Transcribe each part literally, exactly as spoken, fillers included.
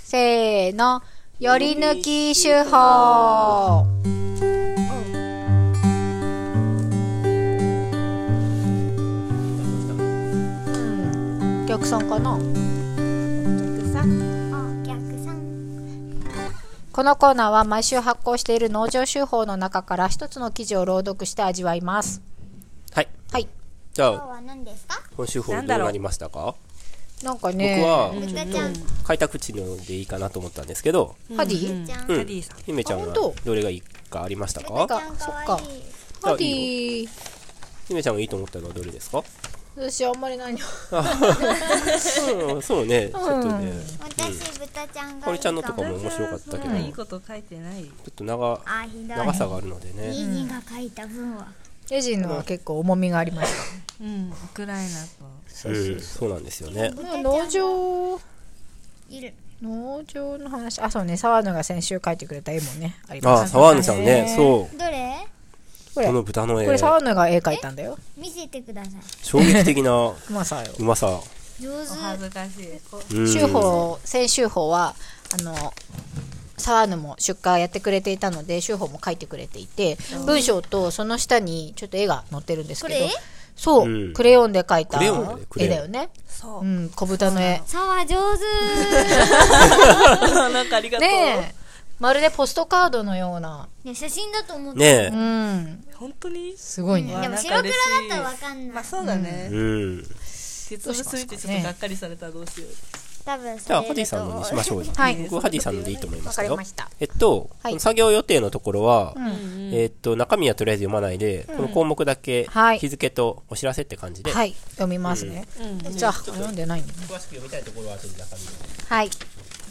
せーの、より抜き手法。うん、お客さんかな。お客さん。お客さん。このコーナーは毎週発行している農場手法の中から一つの記事を朗読して味わいます。 はい。 はい。 じゃあ、今週法どうなりましたか？ なんかね、 僕は、開拓地のでいいかなと思ったんですけど、 ハディ？ うん。姫ちゃんがどれがいいかありましたか？ そっか。ハディ。 姫ちゃんがいいと思ったのはどれですか？ 私あんまり何も。 そうね、ちょっとね。 私豚ちゃんが。 かおりちゃんのとかも面白かったけど、 いいこと書いてない。ちょっと長長さがあるのでね。 イジが書いた分は。 エジのは結構重みがありました。 うん、ウクライナと。 そうそうそう、そうなんですよね。 農場いる。 農場の話、あ、そうね、沢野が先週描いてくれた絵もねあります。 あ、沢野さんね、そう。 どれ？ これこの豚の絵。 これ沢野が絵描いたんだよ。 見せてください。 衝撃的なうまさよ。 うまさ。 上手。 恥ずかしい。 手法、先週法はあの沢野も出荷やってくれていたので手法も書いてくれていて、文章とその下にちょっと絵が載ってるんですけど、そう、うん、クレヨンで描いた絵だよね。そう、うん、小豚の絵。 沢上手。 なんかありがとう。 ねえ、まるでポストカードのような。 いや、写真だと思って。 ねえ、 うん、 本当にすごいね。 でも白黒だったらわかんない。 まあそうだね。 うん。 実物見てちょっとがっかりされたらどうしよう。 多分じゃあハディさんのにしましょうよ。はい。僕はハディさんのでいいと思いますよ。えっと、はい、作業予定のところは、うん、えっと中身はとりあえず読まないで、うん、この項目だけ日付とお知らせって感じで、 はい、読みますね。うん、じゃあ読んでないんだね。 詳しく読みたいところは後で中身。 はい。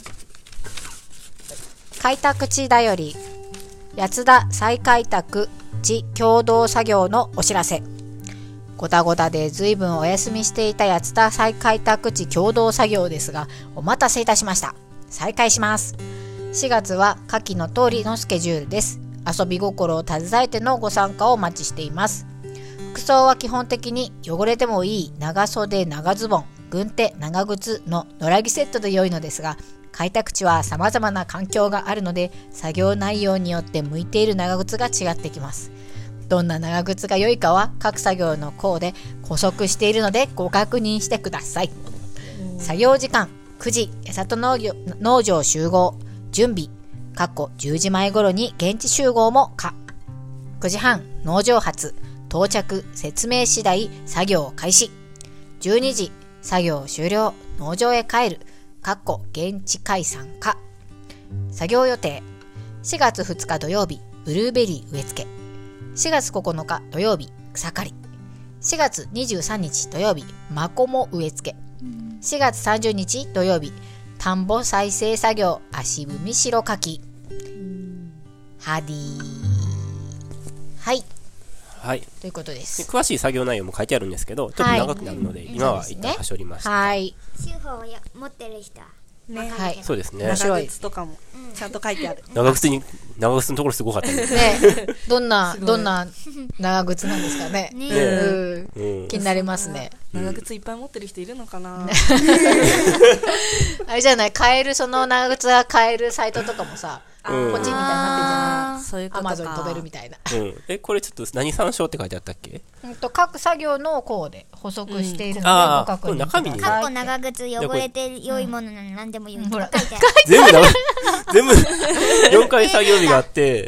開拓地だより八田再開拓地共同作業のお知らせ。ごたごたで随分お休みしていた八田再開拓地共同作業ですが、お待たせいたしました。再開します。しがつは下記の通りのスケジュールです。遊び心を携えてのご参加をお待ちしています。服装は基本的に汚れてもいい長袖長ズボン、軍手長靴の野良着セットで良いのですが、開拓地は様々な環境があるので、作業内容によって向いている長靴が違ってきます。どんな長靴が良いかは各作業の項で補足しているのでご確認してください。作業時間くじ、八里農業農場集合、準備かっこじゅうじまえ頃に現地集合も可。くじはん農場発、到着説明次第作業開始。じゅうにじ作業終了、農場へ帰るかっこ現地解散可。作業予定しがつふつか土曜日ブルーベリー植え付け、しがつここのか土曜日草刈り、しがつにじゅうさんにち土曜日マコモ植え付け、しがつさんじゅうにち土曜日田んぼ再生作業足踏み白かき。ハディー。はいはい、 ということです。 詳しい作業内容も書いてあるんですけど、ちょっと長くなるので、はい、今は一旦はしょりました。 はい。 手法を持ってる人はね、はい、 そうですね。 長靴とかもちゃんと書いてある。 長靴に長靴のところすごかったね。 ね、どんなどんな長靴なんですかね。 ね、 うんうん、気になりますね。 長靴いっぱい持ってる人いるのかな。 あれじゃない、買えるその長靴が買えるサイトとかもさ、ポチみたいになってんじゃない。 そういうことか。 アマゾンに飛べるみたいな。 うん、え、これちょっと何参照って書いてあったっけ？ うんと各作業の項で補足しているので、ご確認ください。 かっこ長靴汚れて良いものなの何でもいいとか書いてある。 全部全部よんかい作業日があって、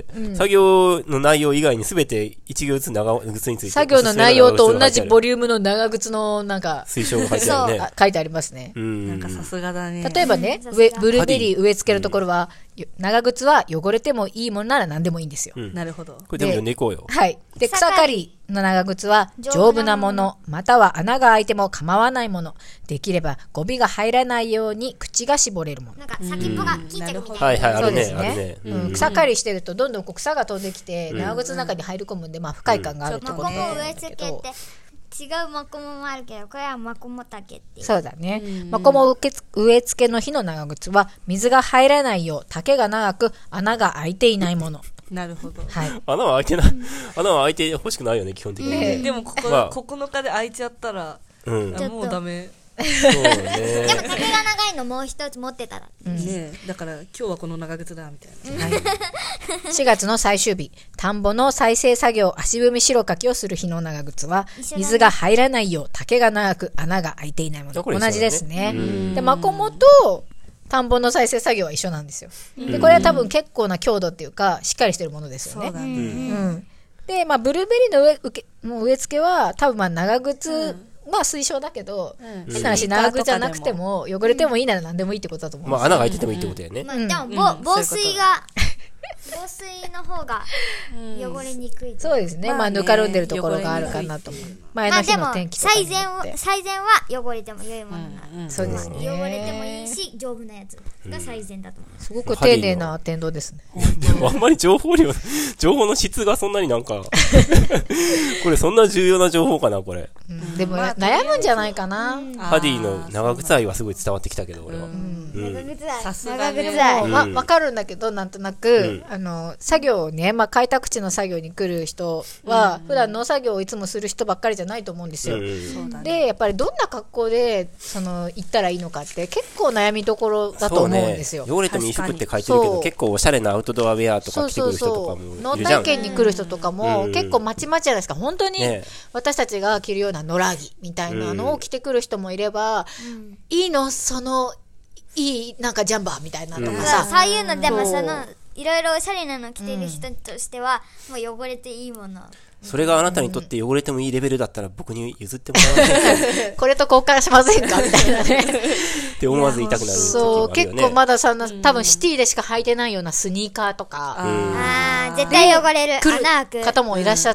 作業の内容以外にすべていち行ずつ長靴について。 作業の内容と同じボリュームの長靴のなんか推奨が書いてあるね。 書いてありますね。 なんかさすがだね。 例えばね、ブルーベリー植え付けるところは、長靴は汚れてもいいものなら何でもいいんですよ。 なるほど。 これ全部読んでいこうよ。 はい。で、草刈りの長靴は丈夫なもの、または穴が開いても構わないもの、できればゴミが入らないように口が絞れるもの。 なんか先っぽが切っちゃうみたいな。 はいはい、あるね。 そうですね。うん、草刈りしてるとどんどんこう草が飛んできて、長靴の中に入り込むんで、まあ不快感があるってことなんだけど。 違うマコモもあるけど、これはマコモ丈っていう。 そうだね。マコモ植え付けの日の長靴は水が入らないよう丈が長く穴が開いていないもの。 なるほど。 はい。 穴は開いてない。穴は開いてほしくないよね、基本的に。 でもここ、ここのかで開いちゃったら、もうダメ。 そうね。 でも丈が長いのもう一つ持ってたら。 うん、ねだから今日はこの長靴だみたいな。はい、 しがつの最終日、田んぼの再生作業、足踏み白かきをする日の長靴は、水が入らないよう丈が長く穴が開いていないもの。同じですね。で、マコモと田んぼの再生作業は一緒なんですよ。で、これは多分結構な強度っていうか、しっかりしてるものですよね。そうだね。うん。で、まあ、ブルーベリーの植え、受け、もう植え付けは、多分まあ長靴、うんまあ推奨だけど、変な話、長靴じゃなくても、汚れてもいいなら何でもいいってことだと思う。 まあ穴が開いててもいいってことだよね。 まあ、でも、防水が、防水の方が汚れにくい。 そうですね。まあぬかるんでるところがあるかなと思う。前の日の天気とかによって。 まあでも、最善は汚れても良いものなの。 そうですね。 汚れてもいいし、丈夫なやつが最善だと思う。 すごく丁寧な天道ですね。 あんまり情報量、情報の質がそんなになんか、これそんな重要な情報かな、これ。 でも悩むんじゃないかな。 ハディの長靴愛はすごい伝わってきたけど、俺は。 長靴愛。 さすがね。 ま、わかるんだけど、なんとなく、あの、作業ね、まあ、開拓地の作業に来る人は、普段農作業をいつもする人ばっかりじゃないと思うんですよ。で、やっぱりどんな格好で、その、行ったらいいのかって、結構悩みどころだと思うんですよ。 汚れてもいい服って書いてるけど、結構おしゃれなアウトドアウェアとか着てくる人とかもいるじゃん。 農体験に来る人とかも、結構まちまちじゃないですか。本当に、私たちが着るような野良着みたいなのを着てくる人もいれば、いいの、その、いい、なんかジャンバーみたいなとかさ。 そういうのでもその、いろいろおしゃれなの着てる人としては、もう汚れていいもの。 それがあなたにとって汚れてもいいレベルだったら僕に譲ってもらわないこれと交換しませんかみたいなね。 って思わず言いたくなる時もあるよね。 そう、結構まだそんな、多分シティでしか履いてないようなスニーカーとか。 ああ、絶対汚れる。 穴開く方もいらっしゃって、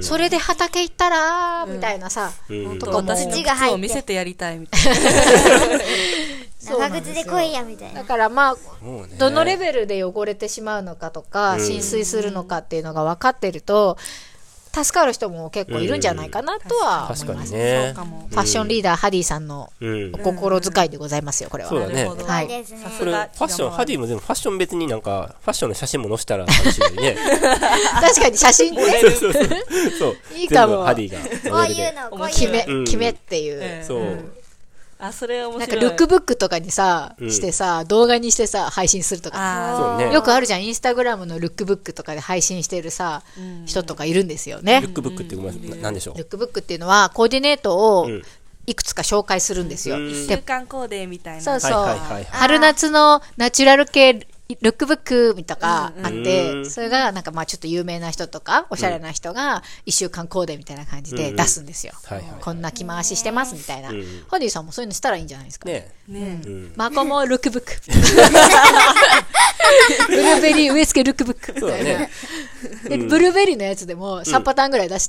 それで畑行ったら、みたいなさ、 とか私の靴を見せてやりたいみたいな。長靴で来いやみたいな。 だからまあ、どのレベルで汚れてしまうのかとか、浸水するのかっていうのが分かってると、助かる人も結構いるんじゃないかなとは思いますね。ファッションリーダーハディさんのお心遣いでございますよ、これは。 そうだね。 はい。 それファッション、ハディもでもファッション別になんか、ファッションの写真も載せたら楽しいね。 確かに写真ね。 そうそうそう。 いいかも。 ハディが。 こういうの、こういうの。 決め、決めっていう。 そう。 あ、それ面白い。 なんかルックブックとかにさ、してさ、動画にしてさ、配信するとか。よくあるじゃん、インスタグラムのルックブックとかで配信してるさ、人とかいるんですよね。 ルックブックって何でしょう？ ルックブックっていうのは、コーディネートをいくつか紹介するんですよ。 一週間コーデみたいな。 そうそう。春夏のナチュラル系ルックブックとかあって、それがなんかまあちょっと有名な人とか、おしゃれな人が一週間コーデみたいな感じで出すんですよ。こんな着回ししてますみたいな。ハディさんもそういうのしたらいいんじゃないですか。ね。マコモルックブック。ブルーベリー植え付けルックブック。そうだね。で、ブルーベリーのやつでもさんパターンぐらい出して、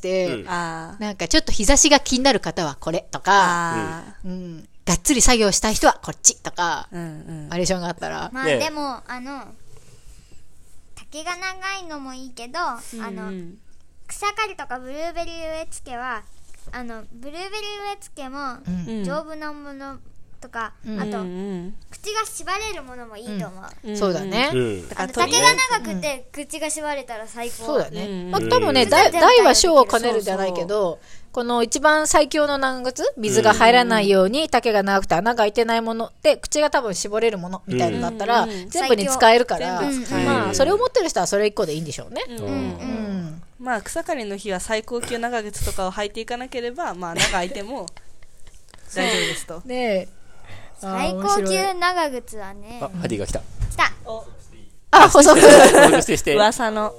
なんかちょっと日差しが気になる方はこれとか、がっつり作業したい人はこっちとか、うんうん、バリエーションがあったら。 まあでも、あの、丈が長いのもいいけど、うんうん、あの、草刈りとかブルーベリー植え付けは、あの、ブルーベリー植え付けも、丈夫なものとか、うん、あと、うん、口が縛れるものもいいと思う。 うん、そうだね。うん、 だから丈が長くて、口が縛れたら最高。 そうだね。まあ、多分ね、大は小を兼ねるじゃないけど、この一番最強の長靴、水が入らないように丈が長くて穴が開いてないもので、口が多分絞れるものみたいなのだったら、全部に使えるから、まあ、それを持ってる人はそれ一個でいいんでしょうね。 まあ、草刈りの日は最高級長靴とかを履いていかなければ、まあ、穴が開いても大丈夫ですと。 ねえ。 最高級長靴はね。 あ、ハディが来た。 来た。 あ、補足。 噂の。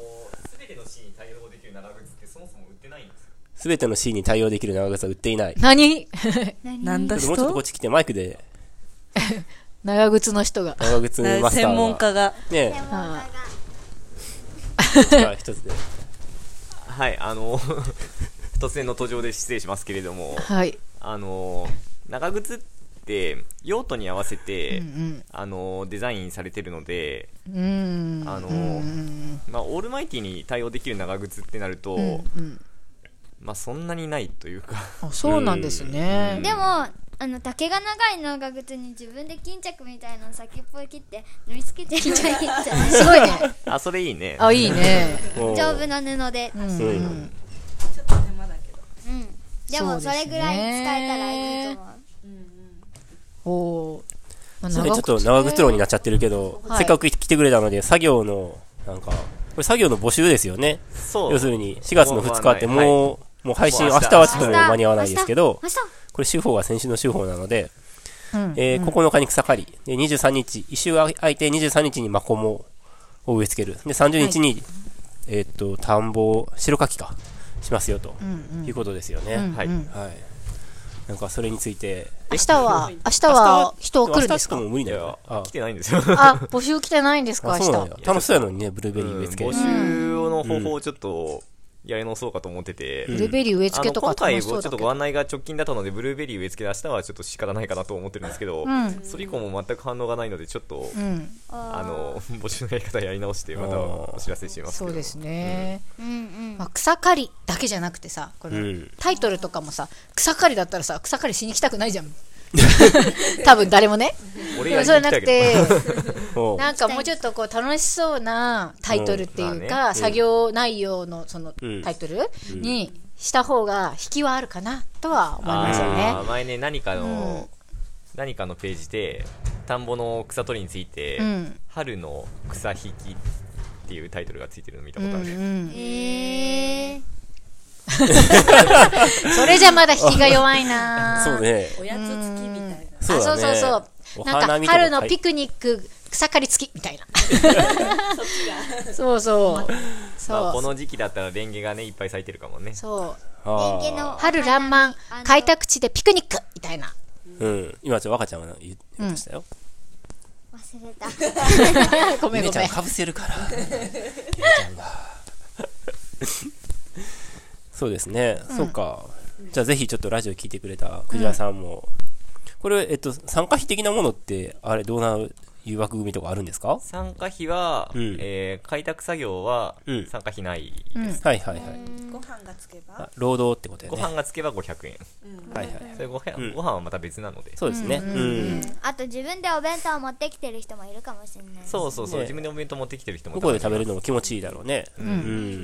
すべてのシーンに対応できる長靴は売っていない。 何なんだ人もうちょっとこっち来てマイクで。 長靴の人が。 長靴マスターが。 専門家が。 ねえ。 専門家が。 じゃあ一つで。 はい、あの、突然の登場で失礼しますけれども、 はい。 あの、長靴って用途に合わせて、うんうん、あの、デザインされてるので、 うんあの、 うんまあ、オールマイティに対応できる長靴ってなると、うんうんまあそんなにないというかあそうなんですね、 うん、でもあの丈が長い長靴に自分で巾着みたいなの先っぽを切って縫い付けていいんじゃないすごいねあそれいいねあいいね丈夫な布で、 うんうん、 ちょっと手間だけどうんでもそれぐらい使えたらいいと思う、 うんおー。まあ、それちょっと長靴論になっちゃってるけど、はい、せっかく来てくれたので、作業の、なんか、これ作業の募集ですよね。そう。要するに、しがつのふつかってもう、もう、もう配信、明日はちょっともう間に合わないですけど、これ週報は先週の週報なので、うん、えー、ここのかに草刈り。で、にじゅうさんにち、いっ週空いてにじゅうさんにちにマコモを植え付ける。で、さんじゅうにちに、はい、えー、っと、田んぼ、白かきか、しますよと、うんうん、いうことですよね。うんうん、はい。はい。なんかそれについて。 明日は、明日は人来るんですか？ 明日も無理だよ。 来てないんですよ。 あ、募集来てないんですか、明日。 楽しそうやのにね、ブルーベリー植え付け。 募集の方法をちょっと、やり直そうかと思ってて、 ブルーベリー植え付けとか楽しそうだけど、 今回ちょっとご案内が直近だったのでブルーベリー植え付け明日はちょっと仕方ないかなと思ってるんですけど、うん、それ以降も全く反応がないのでちょっと、うん、あの募集のやり方やり直してまたお知らせしますけど。 そうですね、うん、まあ、草刈りだけじゃなくてさ、このタイトルとかもさ、草刈りだったらさ、草刈りしに来たくないじゃん多分誰もね。そうじゃなくてなんかもうちょっとこう楽しそうなタイトルっていうか、うん、作業内容のそのタイトルにした方が引きはあるかなとは思いますよね。 あ、前ね、何かの、うん、何かのページで田んぼの草取りについて、うん、春の草引きっていうタイトルがついてるの見たことある。うんうん、 えーそれじゃまだ引きが弱いな。 そうね。 おやつ付きみたいな。 そうそうそうそう。なんか春のピクニック草刈り付きみたいな。そうそう。 まあこの時期だったらレンゲがねいっぱい咲いてるかもね。 そう。レンゲの春爛漫開拓地でピクニックみたいな。 うん。今ちょっと若ちゃんが言ってましたよ。 忘れた。 ごめんごめん。 姉ちゃんかぶせるから。姉ちゃんが。そうですね、うん、そうか。じゃあぜひちょっとラジオ聞いてくれたクジラさんも、うん、これ、えっと、参加費的なものってあれどうないう枠組みとかあるんですか？ 参加費は、うん、えー、開拓作業は参加費ないです、うんうん、 はいはいはい。 ご飯がつけば労働ってことやね。 ご飯がつけばごひゃくえん、うん、はいはい。それご飯、うん、ご飯はまた別なので。 そうですね、うんうん、 あと自分でお弁当を持ってきてる人もいるかもしれない、ね、 そうそうそう、自分でお弁当持ってきてる人もここで食べるのも気持ちいいだろうね。 うん、うん、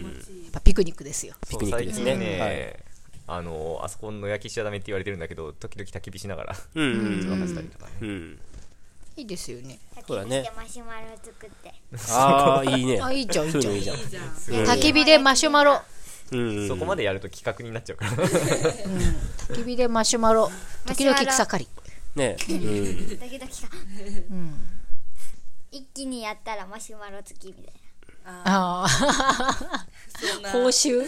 やっぱピクニックですよ。 ピクニックですね。 最近ね、はい、あのあそこの焼きしちゃダメって言われてるんだけど、時々焚き火しながらうんうんうん沸かしたりとかね、うん、 いいですよね。 焚き火でマシュマロ作って。 ああいいね。 あ、いいじゃんいいじゃんいいじゃん。 焚き火でマシュマロ。 うんうん、そこまでやると企画になっちゃうから、うん、 焚き火でマシュマロ、時々草刈りね、うん、時 々か、うん、一気にやったらマシュマロ付きみたいな。ああ報酬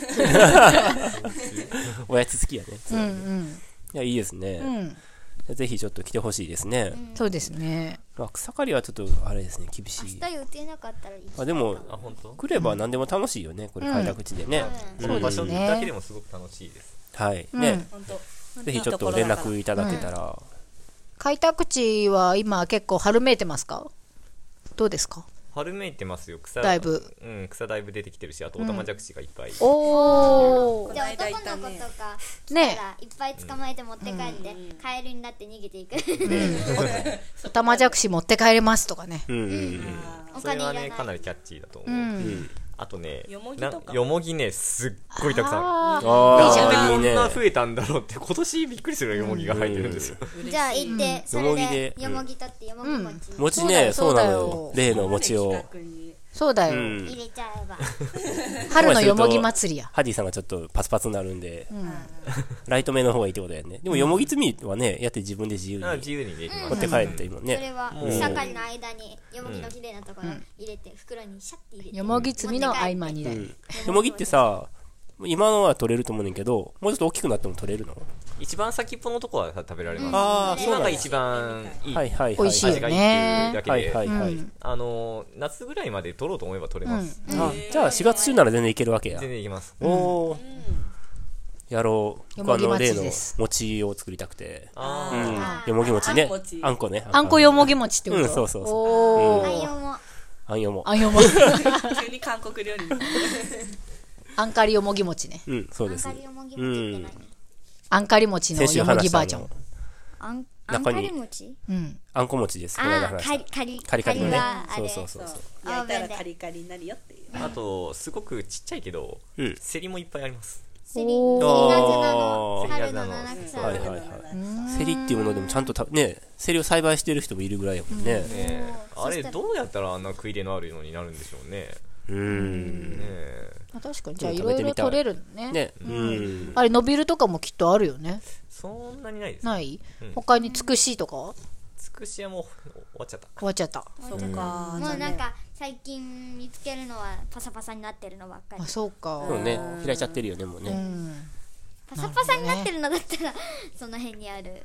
おやつ付きやね。 うんうん、 いやいいですね、うん、ぜひちょっと来てほしいですね、 うん、そうですね。 まあ、草刈りはちょっとあれですね、厳しい。 明日予定なかったらいい。 あでもあ本当来れば何でも楽しいよね、これ開拓地でね、 うん、この場所だけでもすごく楽しいです。 はいね、うん、ぜひちょっと連絡いただけたら、うん、 開拓地は今結構春めいてますか？どうですか？ 春めいてますよ。草だいぶ、 うん、草だいぶ出てきてるし、あとオタマジャクシがいっぱい、うん、 おお。じゃあ男の子とかね、いっぱい捕まえて持って帰って、うん、カエルになって逃げていく、 オタマジャクシ持って帰れますとかね、 うんうんうん、 それはねかなりキャッチーだと思う、うんうん、あとね、 よもぎとかよもぎね、すっごいたくさんああいいじゃん。こんな増えたんだろうって、今年びっくりするよもぎが入ってるんですよ、 うん、じゃあ行って、それでよもぎとってよもぎ餅、うん、 餅ね、そうなのよ、例の餅をそうだよ、うん、 入れちゃえば春のよもぎ祭りや。 ハディさんがちょっとパツパツになるんで、うん、ライト目の方がいいってことだよね。でもよもぎ摘みはね、やって自分で自由に自由にできます。 持って帰って今ね、 それは草刈りの間によもぎの綺麗なところ入れて、袋にシャッて入れて、 よもぎ摘みの合間にだよ、うん、 よもぎってさ、今のは取れると思うねんけど、もうちょっと大きくなっても取れるの？ 一番先っぽのとこは食べられます、うん、 あ今が一番いい、 はいはいはい、 美味しいよね。 味がいいっていうだけで、 はいはいはい、 あの夏ぐらいまで取ろうと思えば取れます、 うん、あじゃあしがつ中なら全然いけるわけや。 全然いけます、 うん、おー、やろう。僕あの例の餅を作りたくて、あ、うん、よもぎ餅ね、あんこね、 あんこよもぎ餅ってこと？ うん、そうそうそう、 あんよもあんよもあんよも急に韓国料理あんかりよもぎ餅ね。 うん、そうです。 あんかりよもぎ餅って何？ あんかり餅のよもぎバージョン。 あんあんかり餅？ うん。あんこ餅です。 あ、カリカリカリカリのね。 そうそうそうそう。 焼いたらカリカリになるよっていう。 あとすごくちっちゃいけど、競りもいっぱいあります。 セリ、セリナズナの春の七草。 はいはいはい。セリっていうものでもちゃんとたね、セリを栽培してる人もいるぐらいやもんね。うん、ねあれどうやったらあんな食い入れのあるのになるんでしょうね。うん。 ねあ確かにじゃあいろいろ取れるね。 ね。うん。 あれ伸びるとかもきっとあるよね。 そんなにないです。 ない？うん、他につくしとか？ つくしはもう終わっちゃった。 終わっちゃった。 そっか。もうなんか最近見つけるのはパサパサになってるのばっかり。 あ、そうか。 そうね。開いちゃってるよねもうね。 パサパサになってるのだったらその辺にある。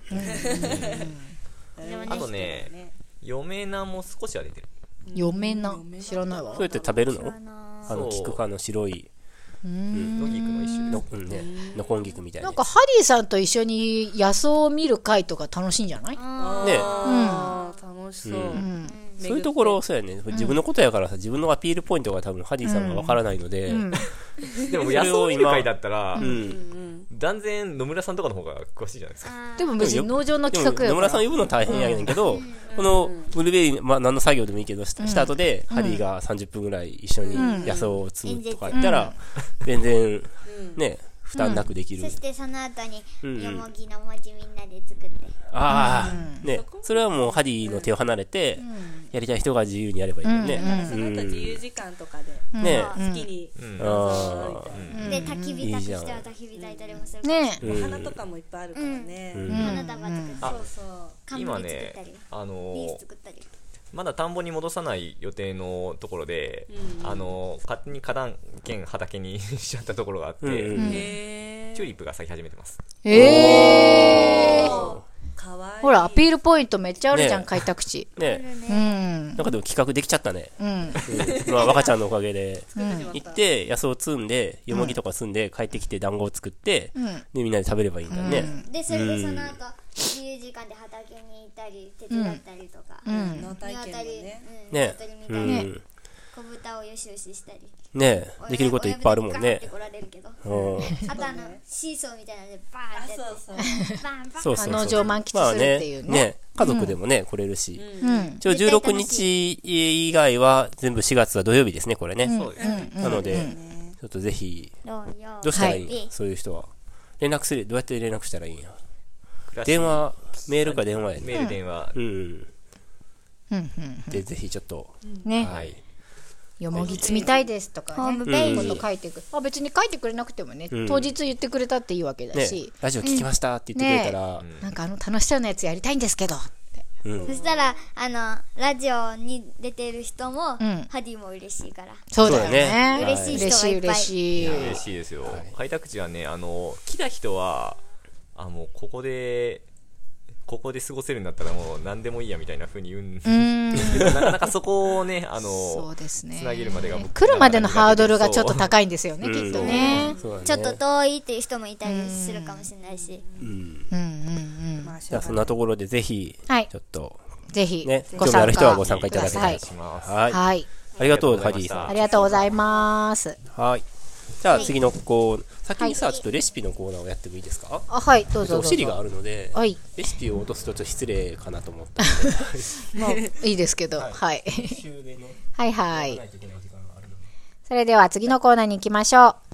あとね、嫁菜も少しは出てる。 嫁菜知らないわ。 そうやって食べるの？あの菊科の白い。 野菊の一種の、うんね、ノコン菊みたいな。 なんかハリーさんと一緒に野草を見る会とか楽しいんじゃない？ね、 うん、楽しそう。うんそういうところ、そうやね。自分のことやからさ、自分のアピールポイントが多分ハリーさんがわからないので。 でも野草を見る会だったら、断然野村さんとかの方が詳しいじゃないですか。 でも別に農場の企画や野村さん呼ぶの大変やねんけど、このブルーベリー、まあ何の作業でもいいけど、した後で、ハリーがさんじゅっぷんぐらい一緒に野草を摘むとか言ったら、全然、ね、負担なくできる。 そしてその後に、よもぎの餅みんなで作って。 ああ、ね、それはもうハリーの手を離れて、やりたい人が自由にやればいいもんね。 その後自由時間とかで、 ね、 好きに。 で、焚き火焚きしては焚き火焚いたりもする。 ね、 お花とかもいっぱいあるからね。 花束作ったり。 そうそう。 今ね、あの、まだ田んぼに戻さない予定のところで、あの、勝手に花壇兼畑にしちゃったところがあって、チューリップが咲き始めてます。 えーほらアピールポイントめっちゃあるじゃん、開拓地ね。なんかでも企画できちゃったね。まあ若ちゃんのおかげで行って野草を摘んでよもぎとか摘んで帰ってきて団子を作ってでみんなで食べればいいんだね。 でそれでその後自由時間で畑に行ったり手伝ったりとか農体験もねね小豚をよしよししたりねえできることいっぱいあるもんね。 あとあのシーソーみたいなのでバーンってやってバンバンそうそう農場満喫するっていうね。 家族でもね来れるし。一応じゅうろくにち以外は全部しがつは土曜日ですねこれね。なのでちょっとぜひどうしたらいいそういう人は連絡するどうやって連絡したらいいんや。電話メールか電話やね。 メール電話。 うんでぜひちょっとね。よもぎ摘みたいですとかね、こと書いてくる。あ別に書いてくれなくてもね、当日言ってくれたっていいわけだし、 ラジオ聞きましたって言ってくれたら、 なんかあの楽しそうなやつやりたいんですけど。 そしたらあのラジオに出てる人もハディも嬉しいから。 そうだよね。 嬉しい人がいっぱい。 嬉しい嬉しいですよ。開拓地はねあの来た人はあもうここで。ここで過ごせるんだったらもう何でもいいやみたいな風に言うんですけどなかなかそこをねあのそうですね、 つなげるまでが来るまでのハードルがちょっと高いんですよねきっとね。 ちょっと遠いっていう人もいたりするかもしれないし、 うんうんうんじゃあそんなところでぜひちょっとぜひね興味ある人はご参加いただきたいと思います。はいありがとうハディさん。 ありがとうございます。 はい。じゃあ次のコーナー先にさちょっとレシピのコーナーをやってもいいですか。 あはいどうぞどうぞ。 お尻があるのでレシピを落とすとちょっと失礼かなと思ったのでまあいいですけどはいはいはいそれでは次のコーナーに行きましょう。